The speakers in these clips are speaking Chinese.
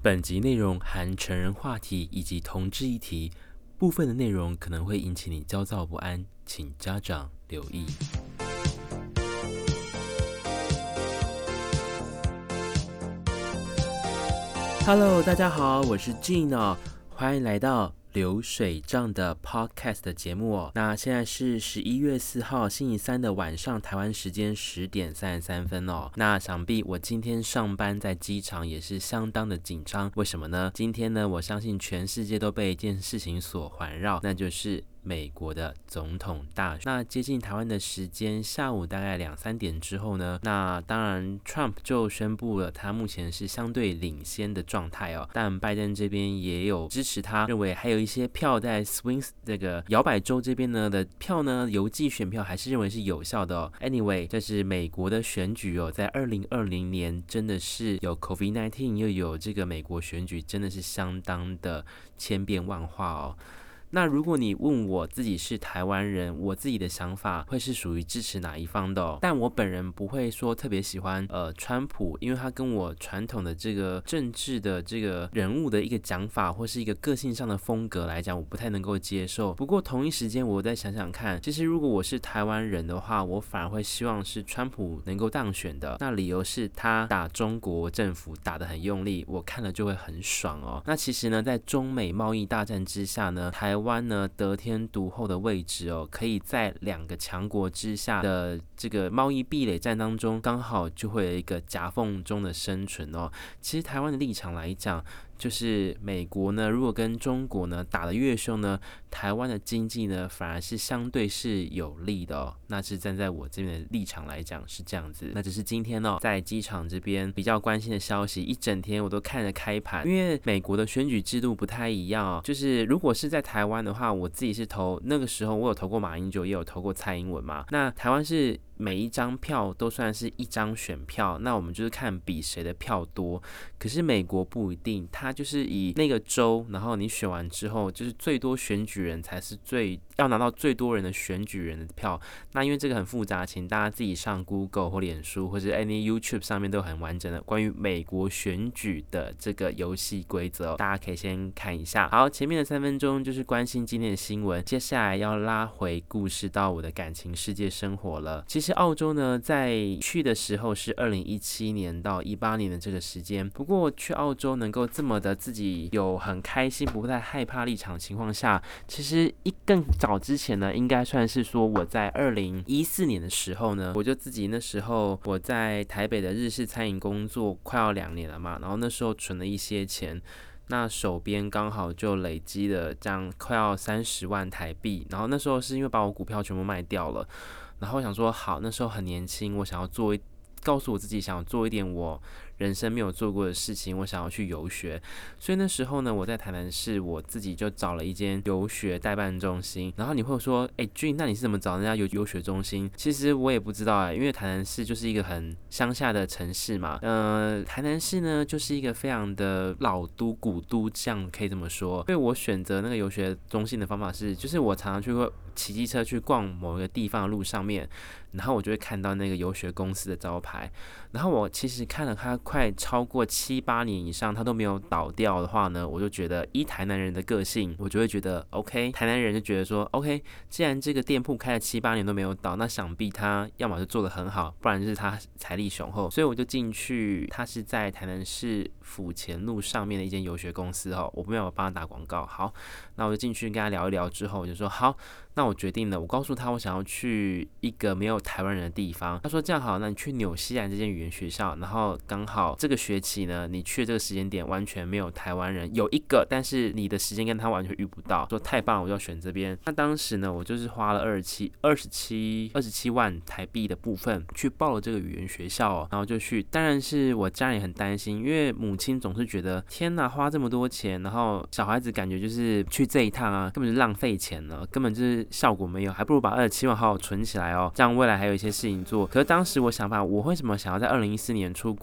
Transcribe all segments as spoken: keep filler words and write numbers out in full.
本集内容含成人话题以及同志议题，部分的内容可能会引起你焦躁不安，请家长留意。Hello， 大家好，我是 Gene 哦，欢迎来到流水账的 Podcast 的节目哦。那现在是十一月四号星期三的晚上，台湾时间十点三十三分哦。那想必我今天上班在机场也是相当的紧张，为什么呢？今天呢，我相信全世界都被一件事情所环绕，那就是美国的总统大选。那接近台湾的时间，下午大概两三点之后呢，那当然 Trump 就宣布了他目前是相对领先的状态哦。但拜登这边也有支持他，认为还有一些票在 Swing 这个摇摆州这边呢的票呢，邮寄选票还是认为是有效的哦。Anyway， 这是美国的选举哦，在二零二零年真的是有 COVID 十九 又有这个美国选举，真的是相当的千变万化哦。那如果你问我自己是台湾人，我自己的想法会是属于支持哪一方的哦？但我本人不会说特别喜欢呃川普，因为他跟我传统的这个政治的这个人物的一个讲法或是一个个性上的风格来讲，我不太能够接受。不过同一时间，我再想想看，其实如果我是台湾人的话，我反而会希望是川普能够当选的。那理由是他打中国政府打得很用力，我看了就会很爽哦。那其实呢，在中美贸易大战之下呢，台湾台湾呢得天独厚的位置哦，可以在两个强国之下的这个贸易壁垒战当中，刚好就会有一个夹缝中的生存哦。其实台湾的立场来讲，就是美国呢，如果跟中国呢打得越凶呢，台湾的经济呢反而是相对是有利的哦。那是站在我这边的立场来讲是这样子。那只是今天哦，在机场这边比较关心的消息，一整天我都看着开盘，因为美国的选举制度不太一样哦。就是如果是在台湾的话，我自己是投那个时候我有投过马英九，也有投过蔡英文嘛。那台湾是每一张票都算是一张选票，那我们就是看比谁的票多。可是美国不一定，它就是以那个州，然后你选完之后，就是最多选举人才是最要拿到最多人的选举人的票。那因为这个很复杂，请大家自己上 Google 或脸书或者 any YouTube 上面都很完整的关于美国选举的这个游戏规则哦，大家可以先看一下。好，前面的三分钟就是关心今天的新闻，接下来要拉回故事到我的感情世界生活了。其实澳洲呢，在去的时候是二零一七年到一八年的这个时间，不过去澳洲能够这么的自己有很开心不太害怕立场的情况下，其实一更早之前呢，应该算是说我在二零一四年的时候呢，我就自己那时候我在台北的日式餐饮工作快要两年了嘛，然后那时候存了一些钱，那手边刚好就累积了这样快要三十万台币，然后那时候是因为把我股票全部卖掉了，然后我想说好，那时候很年轻，我想要做一告诉我自己想要做一点我人生没有做过的事情，我想要去游学。所以那时候呢，我在台南市我自己就找了一间游学代办中心。然后你会说，哎、欸、Gene， 那你是怎么找人家游游学中心？其实我也不知道哎、欸，因为台南市就是一个很乡下的城市嘛。呃，台南市呢就是一个非常的老都古都，这样可以这么说。所以我选择那个游学中心的方法是，就是我常常去会骑机车去逛某一个地方的路上面，然后我就会看到那个游学公司的招牌。然后我其实看了它快超过七八年以上，它都没有倒掉的话呢，我就觉得依台南人的个性，我就会觉得 OK， 台南人就觉得说 OK， 既然这个店铺开了七八年都没有倒，那想必他要么就做得很好，不然就是他财力雄厚。所以我就进去，他是在台南市府前路上面的一间游学公司哦，我没有帮他打广告。好，那我就进去跟他聊一聊之后，我就说好，那我决定了，我告诉他我想要去一个没有台湾人的地方。他说这样好，那你去纽西兰这间语言学校，然后刚好这个学期呢，你去的这个时间点完全没有台湾人，有一个，但是你的时间跟他完全遇不到。说太棒了，我就要选这边。那当时呢，我就是花了二十七、二十七、二十七万台币的部分去报了这个语言学校哦，然后就去。当然是我家人也很担心，因为母亲总是觉得天哪，花这么多钱，然后小孩子感觉就是去这一趟啊，根本就浪费钱了，根本就是效果没有，还不如把二十七万好好存起来哦，这样未来还有一些事情做。可是当时我想法，我为什么想要在二零一四年出国？我就觉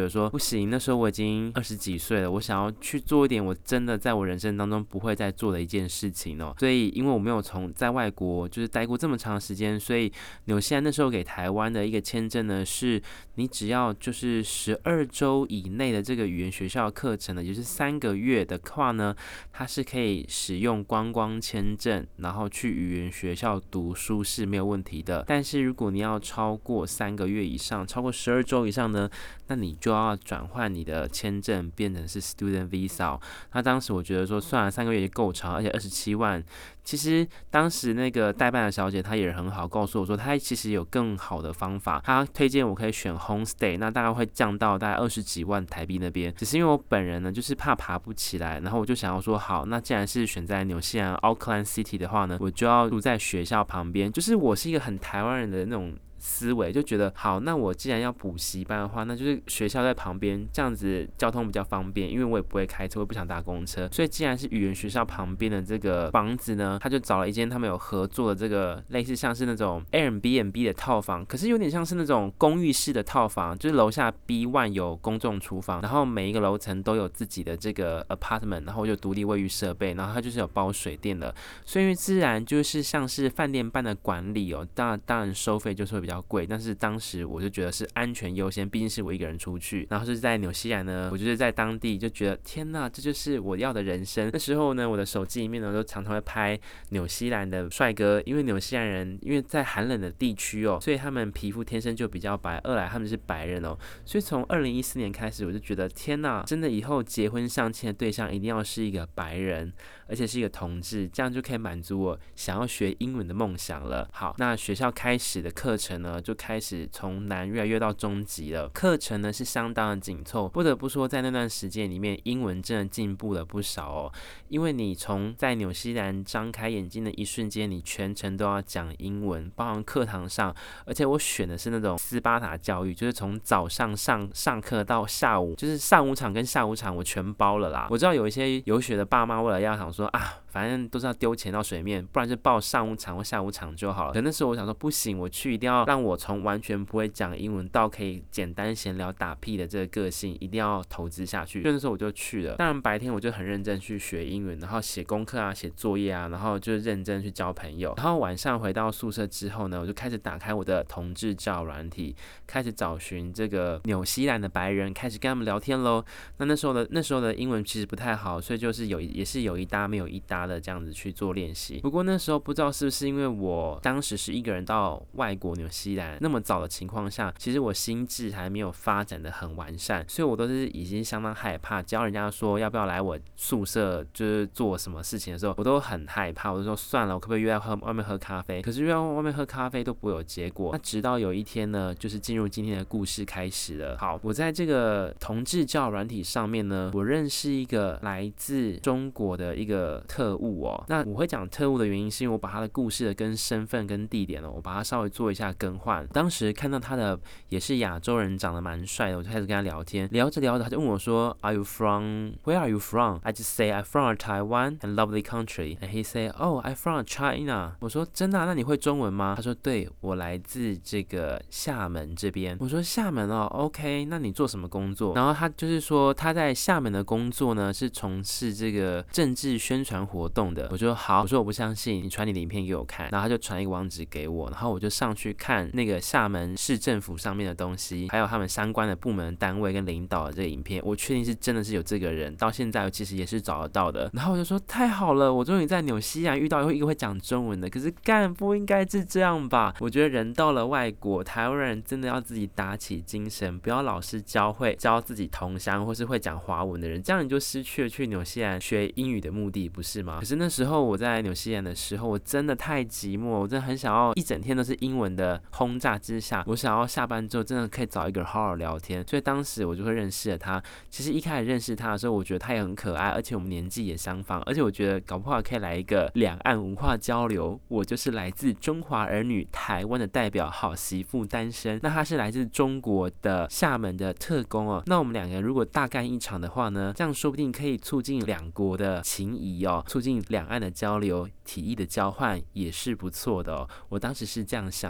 得说不行，那时候我已经二十几岁了，我想要去做一点我真的在我人生当中不会再做的一件事情哦。所以因为我没有从在外国就是待过这么长时间，所以纽西兰那时候给台湾的一个签证呢，是你只要就是十二周以内的这个语言学校课程呢，也就是三个月的话呢，它是可以使用观光签证，然后去语言学校读书是没有问题的。但是如果你要超过三个月以上，超过十二周以上呢，那你就要转换你的签证变成是 student visa。那当时我觉得说，算了，三个月也够长，而且二十七万。其实当时那个代办的小姐她也很好，告诉我说她其实有更好的方法，她推荐我可以选 homestay， 那大概会降到大概二十几万台币那边。只是因为我本人呢就是怕爬不起来，然后我就想要说好，那既然是选在纽西兰 Auckland City 的话呢，我就要住在学校旁边，就是我是一个很台湾人的那种思维，就觉得好，那我既然要补习班的话，那就是学校在旁边，这样子交通比较方便，因为我也不会开车，我也不想搭公车，所以既然是语言学校旁边的这个房子呢，他就找了一间他们有合作的这个类似像是那种 Airbnb 的套房，可是有点像是那种公寓式的套房，就是楼下 B 一 有公众厨房，然后每一个楼层都有自己的这个 apartment， 然后有独立卫浴设备，然后它就是有包水电的，所以自然就是像是饭店般的管理哦，当然当然收费就是会比较贵，但是当时我就觉得是安全优先，毕竟是我一个人出去，然后是在纽西兰呢，我就是在当地就觉得天哪，这就是我要的人生。那时候呢，我的手机里面呢都常常会拍纽西兰的帅哥，因为纽西兰人因为在寒冷的地区哦，所以他们皮肤天生就比较白，二来他们是白人哦，所以从二零一四年开始，我就觉得天哪，真的以后结婚相亲的对象一定要是一个白人，而且是一个同志，这样就可以满足我想要学英文的梦想了。好，那学校开始的课程呢，就开始从难越来越到中级了。课程呢是相当的紧凑，不得不说，在那段时间里面，英文真的进步了不少哦。因为你从在纽西兰张开眼睛的一瞬间，你全程都要讲英文，包含课堂上，而且我选的是那种斯巴达教育，就是从早上上上课到下午，就是上午场跟下午场我全包了啦。我知道有一些游学的爸妈为了要想说啊，反正都是要丢钱到水面，不然就报上午场或下午场就好了。可那时候我想说不行，我去一定要让我从完全不会讲英文到可以简单闲聊打屁的这个个性一定要投资下去，所以那时候我就去了。当然白天我就很认真去学英文，然后写功课啊，写作业啊，然后就认真去交朋友。然后晚上回到宿舍之后呢，我就开始打开我的同志交友软体，开始找寻这个纽西兰的白人，开始跟他们聊天咯。那那时候的那时候的英文其实不太好，所以就是有也是有一搭没有一搭的这样子去做练习。不过那时候不知道是不是因为我当时是一个人到外国纽西兰那么早的情况下，其实我心智还没有发展的很完善，所以我都是已经相当害怕，只要人家说要不要来我宿舍就是做什么事情的时候，我都很害怕，我就说算了，我可不可以约在喝外面喝咖啡？可是约在外面喝咖啡都不会有结果。那直到有一天呢，就是进入今天的故事开始了。好，我在这个同志交友软体上面呢，我认识一个来自中国的一个特务哦。那我会讲特务的原因是因为我把他的故事的跟身份跟地点哦，我把它稍微做一下更换。当时看到他的也是亚洲人，长得蛮帅的，我就开始跟他聊天，聊着聊着他就问我说 Are you from? Where are you from? I just say I'm from Taiwan, a lovely country. And he say, Oh, I'm from China. 我说真的啊，那你会中文吗？他说对，我来自这个厦门这边。我说厦门哦 ，OK， 那你做什么工作？然后他就是说他在厦门的工作呢是从事这个政治宣传活动的。我说好，我说我不相信，你传你的影片给我看。然后他就传一个网址给我，然后我就上去看那个厦门市政府上面的东西，还有他们相关的部门单位跟领导的这个影片，我确定是真的是有这个人，到现在我其实也是找得到的。然后我就说太好了，我终于在纽西兰遇到一个会讲中文的。可是干不应该是这样吧？我觉得人到了外国，台湾人真的要自己打起精神，不要老是教会教自己同乡或是会讲华文的人，这样你就失去了去纽西兰学英语的目的，不是吗？可是那时候我在纽西兰的时候，我真的太寂寞，我真的很想要一整天都是英文的轰炸之下，我想要下班之后真的可以找一个人好好聊天，所以当时我就会认识了他。其实一开始认识他的时候，我觉得他也很可爱，而且我们年纪也相仿，而且我觉得搞不好可以来一个两岸文化交流。我就是来自中华儿女台湾的代表，好媳妇单身，那他是来自中国的厦门的特工哦。那我们两个人如果大干一场的话呢，这样说不定可以促进两国的情谊哦，促进两岸的交流，体意的交换也是不错的哦。我当时是这样想的。那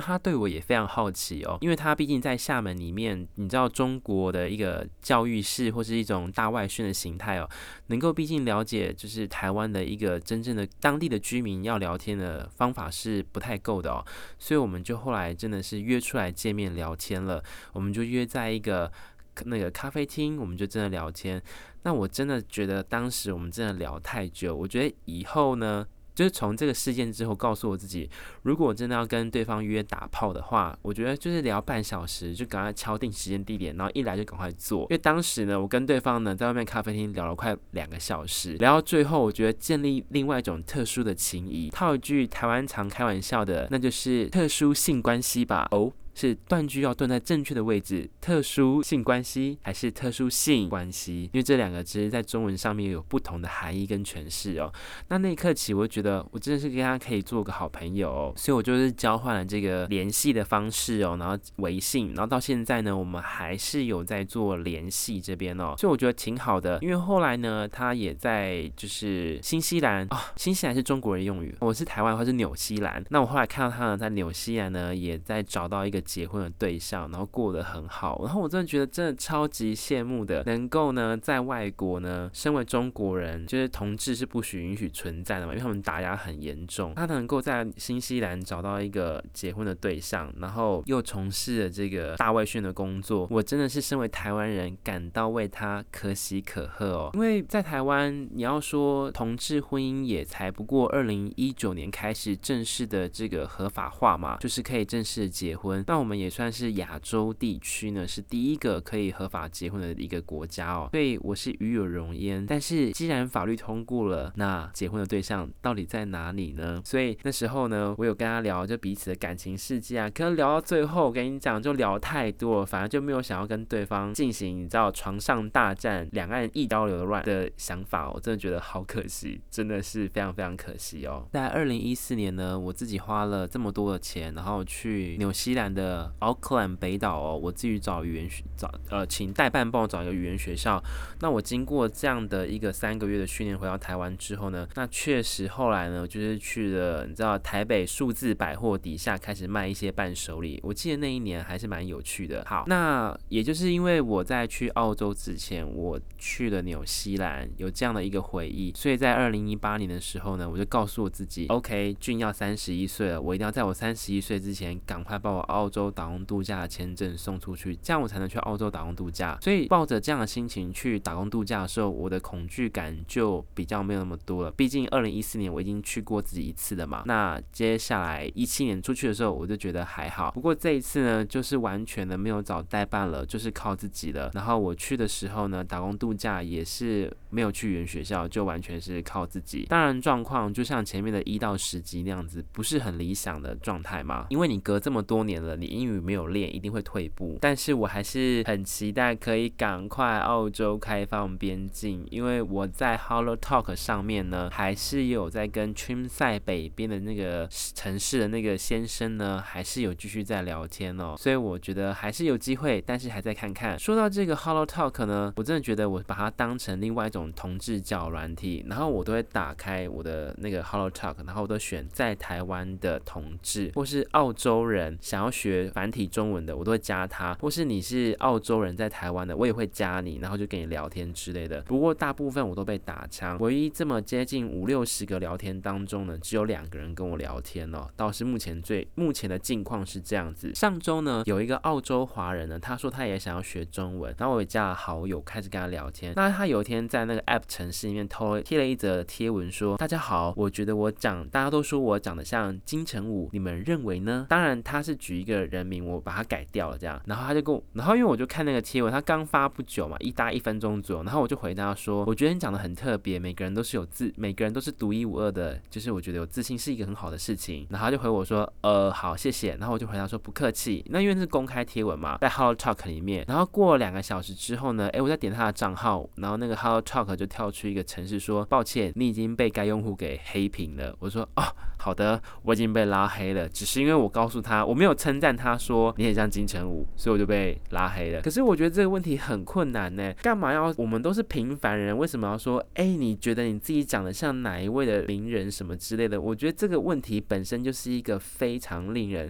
他对我也非常好奇哦，因为他毕竟在厦门里面，你知道中国的一个教育式或是一种大外宣的形态哦，能够毕竟了解就是台湾的一个真正的当地的居民要聊天的方法是不太够的哦，所以我们就后来真的是约出来见面聊天了，我们就约在一个那个咖啡厅，我们就真的聊天。那我真的觉得当时我们真的聊太久，我觉得以后呢，就是从这个事件之后告诉我自己，如果我真的要跟对方约打炮的话，我觉得就是聊半小时，就赶快敲定时间地点，然后一来就赶快做。因为当时呢，我跟对方呢在外面咖啡厅聊了快两个小时，聊到最后，我觉得建立另外一种特殊的情谊。套一句台湾常开玩笑的，那就是特殊性关系吧。哦。是断句要断在正确的位置，特殊性关系还是特殊性关系？因为这两个其实在中文上面有不同的含义跟诠释哦。那那一刻起，我就觉得我真的是跟他可以做个好朋友哦，所以我就是交换了这个联系的方式哦，然后微信，然后到现在呢，我们还是有在做联系这边哦，所以我觉得挺好的。因为后来呢，他也在就是新西兰哦，新西兰是中国人用语，我是台湾的话是纽西兰。那我后来看到他呢，在纽西兰呢，也在找到一个结婚的对象，然后过得很好，然后我真的觉得真的超级羡慕的，能够呢在外国呢，身为中国人，就是同志是不许允许存在的嘛，因为他们打压很严重，他能够在新西兰找到一个结婚的对象，然后又从事了这个大外宣的工作，我真的是身为台湾人感到为他可喜可贺哦，因为在台湾你要说同志婚姻也才不过二零一九年开始正式的这个合法化嘛，就是可以正式的结婚，那我们也算是亚洲地区呢是第一个可以合法结婚的一个国家哦，所以我是与有荣焉。但是既然法律通过了，那结婚的对象到底在哪里呢？所以那时候呢，我有跟他聊就彼此的感情世界啊，可是聊到最后，我跟你讲就聊太多了，反正就没有想要跟对方进行你知道床上大战、两岸一刀流乱的想法，我真的觉得好可惜，真的是非常非常可惜哦。在二零一四年呢，我自己花了这么多的钱，然后去纽西兰的奥克兰北岛哦，我自己找语言学找呃请代办帮我找一个语言学校。那我经过这样的一个三个月的训练回到台湾之后呢，那确实后来呢就是去了你知道台北数字百货底下开始卖一些伴手礼。我记得那一年还是蛮有趣的。好，那也就是因为我在去澳洲之前，我去了纽西兰，有这样的一个回忆，所以在二零一八年的时候呢，我就告诉我自己 ，OK， 俊要三十一岁了，我一定要在我三十一岁之前赶快把我澳洲打工度假的签证送出去，这样我才能去澳洲打工度假。所以抱着这样的心情去打工度假的时候，我的恐惧感就比较没有那么多了。毕竟二零一四年我已经去过自己一次了嘛，那接下来一七年出去的时候，我就觉得还好。不过这一次呢，就是完全的没有找代办了，就是靠自己了。然后我去的时候呢，打工度假也是没有去语言学校，就完全是靠自己。当然状况就像前面的一到十集那样子，不是很理想的状态嘛，因为你隔这么多年了，你英语没有练，一定会退步。但是我还是很期待可以赶快澳洲开放边境，因为我在 Hello Talk 上面呢，还是有在跟 Trimside 北边的那个城市的那个先生呢，还是有继续在聊天哦，所以我觉得还是有机会，但是还在看看。说到这个 Hello Talk 呢，我真的觉得我把它当成另外一种同志交友软体，然后我都会打开我的那个 Hello Talk， 然后我都选在台湾的同志，或是澳洲人想要学繁体中文的，我都会加他，或是你是澳洲人在台湾的，我也会加你，然后就跟你聊天之类的。不过大部分我都被打枪，唯一这么接近五六十个聊天当中呢，只有两个人跟我聊天哦，倒是目前最目前的境况是这样子。上周呢，有一个澳洲华人呢，他说他也想要学中文，然后我也加了好友，开始跟他聊天。那他有一天在那个 App 城市里面偷贴了一则贴文说：“大家好，我觉得我长，大家都说我长得像金城武，你们认为呢？”当然他是举一个人名，我把它改掉了这样。然后他就跟我，然后因为我就看那个贴文，他刚发不久嘛，一大一分钟左右，然后我就回答说：“我觉得你长得很特别，每个人都是有自，每个人都是独一无二的，就是我觉得有自信是一个很好的事情。”然后他就回我说：“呃，好，谢谢。”然后我就回答说：“不客气。”那因为是公开贴文嘛，在 Hello Talk 里面。然后过了两个小时之后呢，哎，我在点他的账号，然后那个 Hello Talk 就跳出一个程式说：“抱歉，你已经被该用户给黑屏了。”我说：“哦，好的，我已经被拉黑了，只是因为我告诉他，我没有称赞他说你很像金城武，所以我就被拉黑了。”可是我觉得这个问题很困难呢，干嘛要我们都是平凡人，为什么要说哎，你觉得你自己长得像哪一位的名人什么之类的？我觉得这个问题本身就是一个非常令人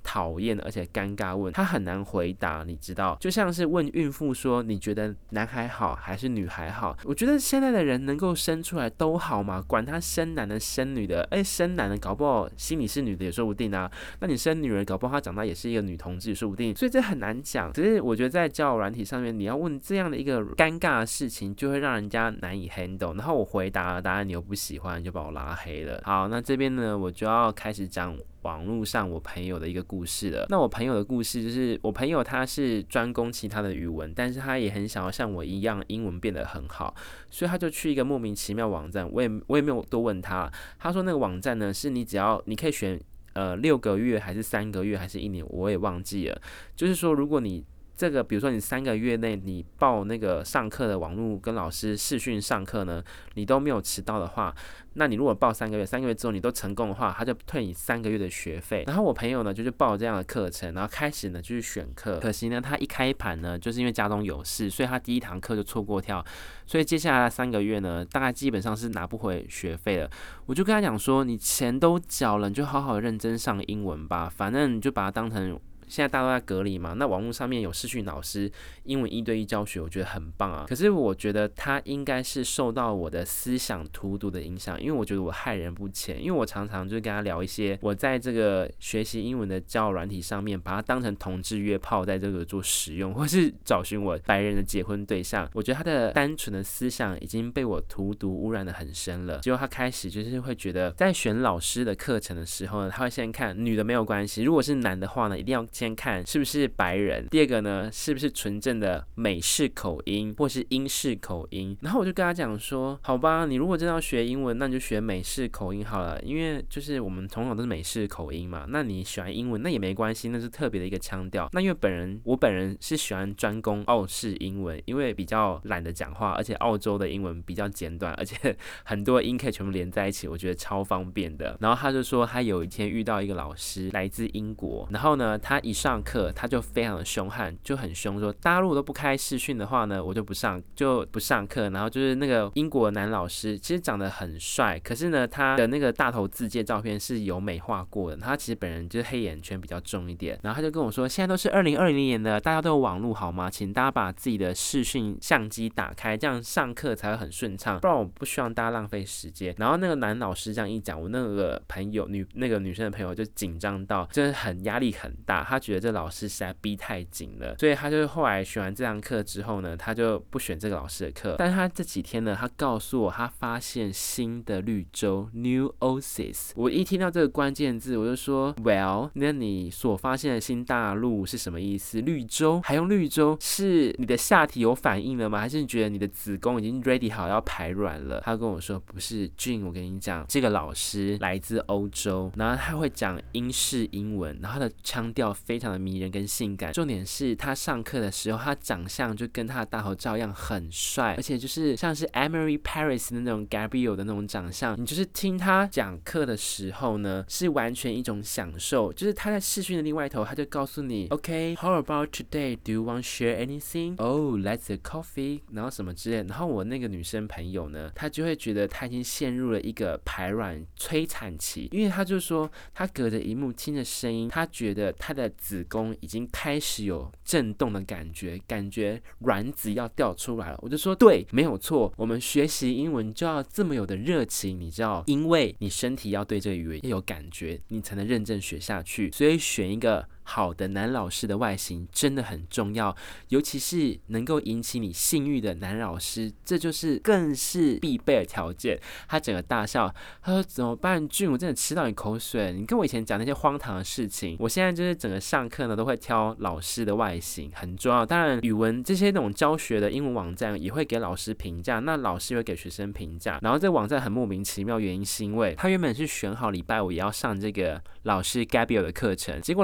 讨厌而且尴尬问，他很难回答，你知道，就像是问孕妇说你觉得男孩好还是女孩好？我觉得现在的人能够生出来都好嘛，管他生男的生女的，哎，生男的搞不好心里是女的也说不定啊，那你生女人搞不好她长大也是一个女同志也说不定，所以这很难讲。只是我觉得在交友软体上面，你要问这样的一个尴尬的事情，就会让人家难以 handle， 然后我回答了答案你又不喜欢，你就把我拉黑了。好，那这边呢，我就要开始讲网络上我朋友的一个故事了。那我朋友的故事就是，我朋友他是专攻其他的语文，但是他也很想要像我一样英文变得很好，所以他就去一个莫名其妙网站，我也我也没有多问他。他说那个网站呢，是你只要你可以选呃六个月还是三个月还是一年，我也忘记了。就是说，如果你这个比如说你三个月内你报那个上课的网络跟老师视讯上课呢，你都没有迟到的话，那你如果报三个月，三个月之后你都成功的话，他就退你三个月的学费。然后我朋友呢就去报这样的课程，然后开始呢就去选课，可惜呢他一开盘呢就是因为家中有事，所以他第一堂课就错过跳，所以接下来的三个月呢大概基本上是拿不回学费了。我就跟他讲说，你钱都缴了，你就好好认真上英文吧，反正你就把它当成现在大家都在隔离嘛，那网络上面有视讯老师，英文一对一教学，我觉得很棒啊。可是我觉得他应该是受到我的思想荼毒的影响，因为我觉得我害人不浅，因为我常常就是跟他聊一些我在这个学习英文的交友软体上面，把它当成同志约炮在这个做使用，或是找寻我白人的结婚对象。我觉得他的单纯的思想已经被我荼毒污染的很深了。结果他开始就是会觉得，在选老师的课程的时候呢，他会先看女的没有关系，如果是男的话呢，一定要先看是不是白人，第二个呢是不是纯正的美式口音或是英式口音。然后我就跟他讲说，好吧，你如果真的要学英文，那你就学美式口音好了，因为就是我们从小都是美式口音嘛，那你喜欢英文那也没关系，那是特别的一个腔调。那因为本人我本人是喜欢专攻澳式英文，因为比较懒得讲话，而且澳洲的英文比较简短，而且很多音可以全部连在一起，我觉得超方便的。然后他就说他有一天遇到一个老师来自英国，然后呢他一上课他就非常的凶悍，就很凶说，大家如果都不开视讯的话呢，我就不上就不上课。然后就是那个英国的男老师其实长得很帅，可是呢他的那个大头字界照片是有美化过的，他其实本人就是黑眼圈比较重一点。然后他就跟我说，现在都是二零二零年的，大家都有网络好吗？请大家把自己的视讯相机打开，这样上课才会很顺畅，不然我不希望大家浪费时间。然后那个男老师这样一讲，我那个朋友女那个女生的朋友就紧张到真的很压力很大，他觉得这老师实在逼太紧了，所以他就后来选完这堂课之后呢，他就不选这个老师的课。但是他这几天呢，他告诉我他发现新的绿洲 New Oasis。 我一听到这个关键字，我就说 Well， 那你所发现的新大陆是什么意思？绿洲还用绿洲，是你的下体有反应了吗？还是你觉得你的子宫已经 ready 好要排卵了？他跟我说不是，俊，我跟你讲，这个老师来自欧洲，然后他会讲英式英文，然后他的腔调非常的迷人跟性感，重点是他上课的时候，他长相就跟他的大头照一样很帅，而且就是像是 Emily Paris 的那种 Gabrielle 的那种长相。你就是听他讲课的时候呢，是完全一种享受，就是他在视讯的另外一头，他就告诉你 OK how about today, do you want to share anything? Oh let's a coffee 然后什么之类的。然后我那个女生朋友呢，她就会觉得她已经陷入了一个排卵催产期，因为她就说她隔着荧幕听着声音，她觉得她的子宫已经开始有震动的感觉，感觉卵子要掉出来了。我就说对，没有错，我们学习英文就要这么有的热情，你知道，因为你身体要对这个语言要有感觉，你才能认真学下去。所以选一个好的男老师的外形真的很重要，尤其是能够引起你性欲的男老师，这就是更是必备的条件。他整个大笑，他说怎么办俊，我真的吃到你口水，你跟我以前讲那些荒唐的事情。我现在就是整个上课呢都会挑老师的外形，很重要。当然语文这些那种教学的英文网站也会给老师评价，那老师也会给学生评价。然后这个网站很莫名其妙，原因是因为他原本是选好礼拜五也要上这个老师 Gabrielle 的课程，结果老师礼拜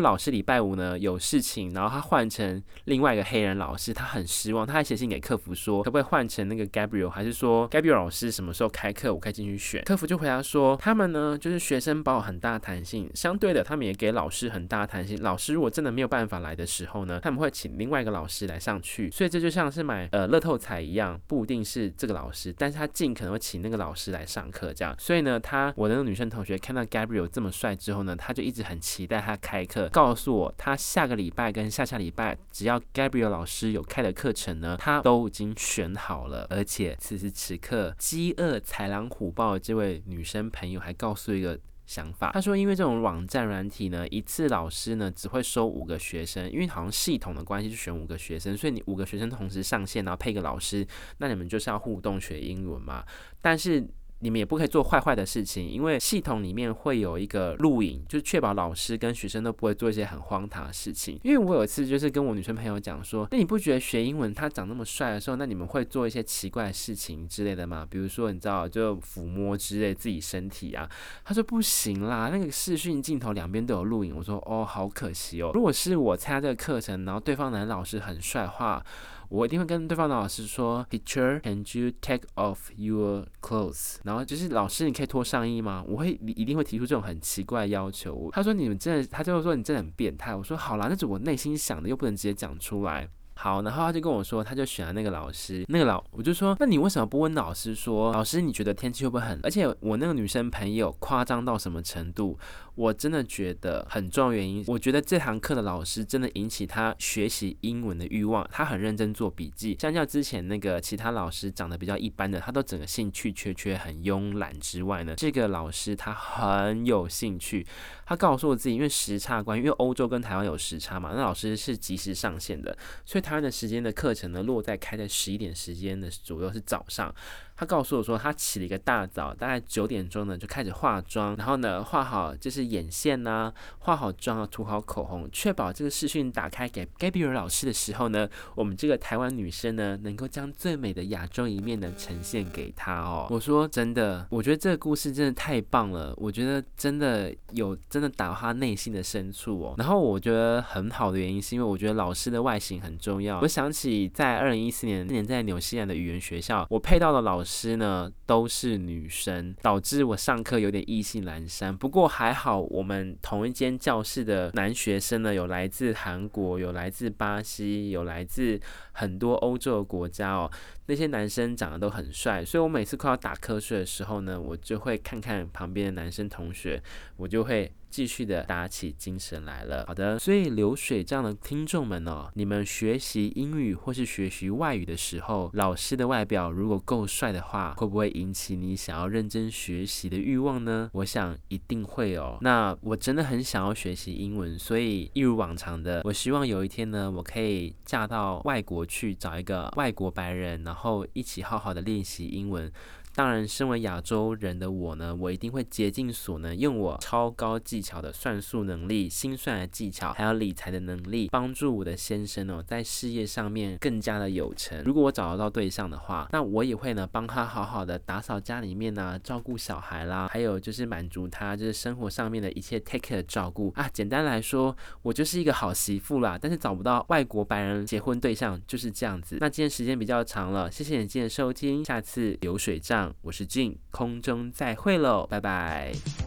拜五呢有事情，然后他换成另外一个黑人老师，他很失望，他还写信给客服说可不可以换成那个 Gabriel， 还是说 Gabriel 老师什么时候开课我可以进去选。客服就回答说他们呢就是学生保有很大的弹性，相对的他们也给老师很大的弹性，老师如果真的没有办法来的时候呢，他们会请另外一个老师来上去，所以这就像是买呃乐透彩一样，不一定是这个老师，但是他尽可能会请那个老师来上课这样。所以呢他我的那个女生同学看到 Gabriel 这么帅之后呢，他就一直很期待他开课，告诉我他下个礼拜跟下下礼拜只要 Gabriel 老师有开的课程呢，他都已经选好了。而且此时此刻饥饿豺狼虎豹的这位女生朋友还告诉一个想法，他说因为这种网站软体呢，一次老师呢只会收五个学生，因为好像系统的关系就选五个学生，所以你五个学生同时上线，然后配一个老师，那你们就是要互动学英文嘛。但是你们也不可以做坏坏的事情，因为系统里面会有一个录影，就是确保老师跟学生都不会做一些很荒唐的事情。因为我有一次就是跟我女生朋友讲说，那你不觉得学英文他长那么帅的时候，那你们会做一些奇怪的事情之类的吗？比如说你知道就抚摸之类自己身体啊。他说不行啦，那个视讯镜头两边都有录影。我说哦好可惜哦，如果是我参加这个课程，然后对方男老师很帅的话，我一定会跟对方的老师说 Teacher, can you take off your clothes？ 然后就是老师你可以脱上衣吗？我会一定会提出这种很奇怪的要求。他说你们真的，他就说你真的很变态。我说好啦，那是我内心想的，又不能直接讲出来。好，然后他就跟我说，他就选了那个老师，那个老，我就说，那你为什么不问老师说，老师你觉得天气会不会很？而且我那个女生朋友夸张到什么程度？我真的觉得很重要原因，我觉得这堂课的老师真的引起他学习英文的欲望，他很认真做笔记，相较之前那个其他老师长得比较一般的，他都整个兴趣缺缺，很慵懒之外呢，这个老师他很有兴趣。他告诉我自己，因为时差关系，因为欧洲跟台湾有时差嘛，那老师是即时上线的，所以台湾的时间的课程呢，落在开在十一点时间的左右，是早上。他告诉我说，他起了一个大早，大概九点钟呢就开始化妆，然后呢画好就是眼线啊，化好妆啊，涂好口红，确保这个视讯打开给 Gabriel 老师的时候呢，我们这个台湾女生呢能够将最美的亚洲一面呢呈现给他哦。我说真的，我觉得这个故事真的太棒了，我觉得真的有真的打到他内心的深处哦。然后我觉得很好的原因是因为我觉得老师的外形很重要。我想起在二零一四年那年在纽西兰的语言学校，我配到的老师老师呢都是女生，导致我上课有点意兴阑珊。不过还好，我们同一间教室的男学生呢，有来自韩国，有来自巴西，有来自很多欧洲的国家哦。那些男生长得都很帅，所以我每次快要打瞌睡的时候呢，我就会看看旁边的男生同学，我就会继续的打起精神来了。好的，所以流水账的听众们哦，你们学习英语或是学习外语的时候，老师的外表如果够帅的话，会不会引起你想要认真学习的欲望呢？我想一定会哦。那我真的很想要学习英文，所以一如往常的，我希望有一天呢，我可以嫁到外国去，找一个外国白人，然后一起好好的练习英文。当然，身为亚洲人的我呢，我一定会竭尽所能，用我超高技巧的算术能力、心算的技巧，还有理财的能力，帮助我的先生哦，在事业上面更加的有成。如果我找得到对象的话，那我也会呢，帮他好好的打扫家里面啊，照顾小孩啦，还有就是满足他就是生活上面的一切 take care 的照顾啊。简单来说，我就是一个好媳妇啦，但是找不到外国白人结婚对象就是这样子。那今天时间比较长了，谢谢你今天的收听，下次流水账。我是 Jin， 空中再会喽，拜拜。